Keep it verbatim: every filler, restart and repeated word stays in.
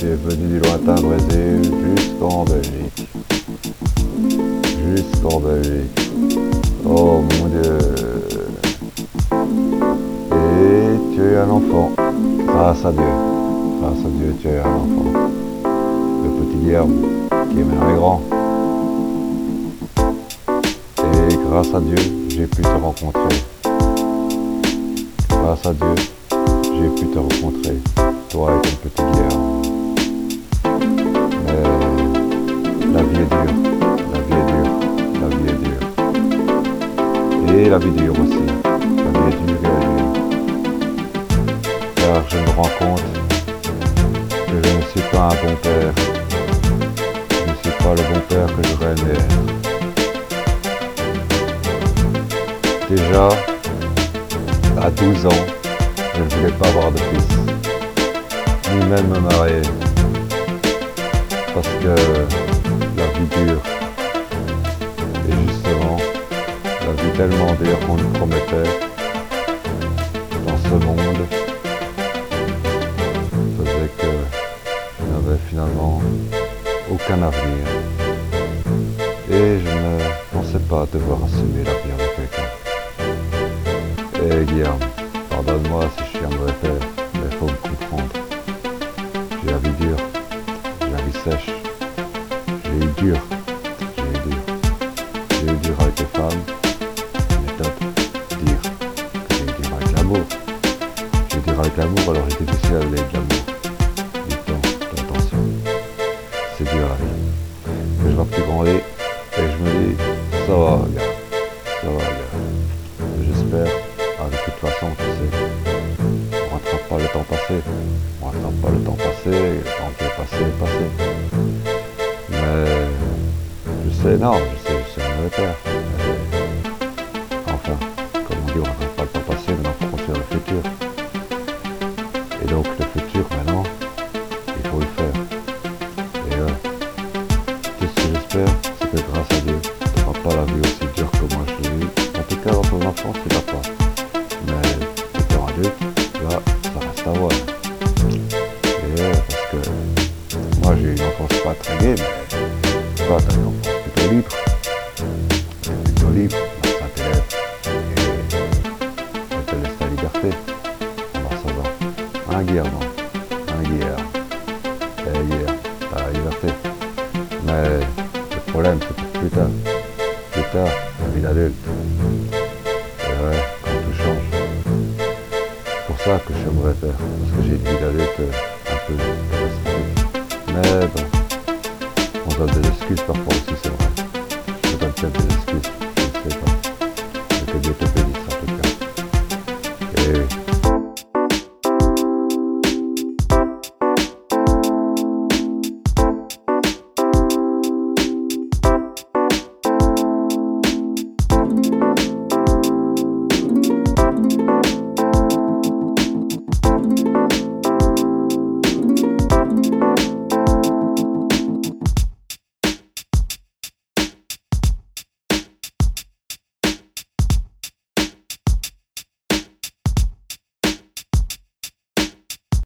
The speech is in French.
Tu es venu du lointain Brésil jusqu'en Belgique. Jusqu'en Belgique. Oh mon Dieu. Et tu es un enfant. Grâce à Dieu. Grâce à Dieu, tu es un enfant. Le petit Guillaume, qui est maintenant grand. Et grâce à Dieu, j'ai pu te rencontrer. Grâce à Dieu, j'ai pu te rencontrer. Toi et ton petit Guillaume. Mais la vie est dure. La vie est dure. La vie est dure. Et la vie dure aussi. La vie est dure et la vie. Car je me rends compte que je ne suis pas un bon père. Je ne suis pas le bon père que j'aurais aimé être. Déjà, à douze ans, je ne voulais pas avoir de fils, ni même me marier, parce que la vie dure. Et justement, la vie tellement dure qu'on nous promettait dans ce monde faisait que je n'avais finalement aucun avenir. Et je ne pensais pas devoir assumer l'avenir de quelqu'un. Et Guillaume, pardonne-moi si je suis un mauvais père, mais il faut me comprendre. J'ai la vie dure, j'ai la vie sèche, j'ai eu dur, j'ai eu dur. J'ai eu dur avec les femmes, mais top, dire que j'ai eu dur avec l'amour. J'ai eu dur avec l'amour, alors j'ai difficile à donner de l'amour, du temps, de l'attention. C'est dur la vie. Mais je vois que tu grandis, et je me dis, ça va gars, ça va gars. J'espère. Ah, de toute façon, tu sais, on rattrape pas le temps passé. On rattrape pas le temps passé, le temps qui est passé est passé. Mais je sais, non, je sais, je sais un mauvais père. Mais, enfin, comme on dit, on rattrape pas le temps passé, maintenant il faut construire le futur. Et donc le futur, maintenant, il faut le faire. Et euh, tout ce que j'espère, c'est que grâce à Dieu, tu n'auras pas la vie aussi dure que moi je l'ai eu. En tout cas, dans ton enfance, tu l'as pas. Mais étant adulte, là, ça reste à voir. Et euh, parce que moi j'ai eu une enfance pas très gaie, mais toi t'as une enfance plutôt libre. Plutôt libre, bah, ça t'élève. Et elle te laisse ta liberté. Alors ça va. Un Guillaume, un Guillaume. Et Guillaume, t'as la liberté. Mais le problème c'est pour plus tard. Plus tard, la vie d'adulte. Et ouais. C'est pour ça que je suis un mauvais père, parce que j'ai une vie d'adulte un peu catastrophique. Mais bon, on donne des excuses parfois aussi, c'est vrai. Je donne peut-être des excuses, je ne sais pas. Mais que Dieu te bénisse.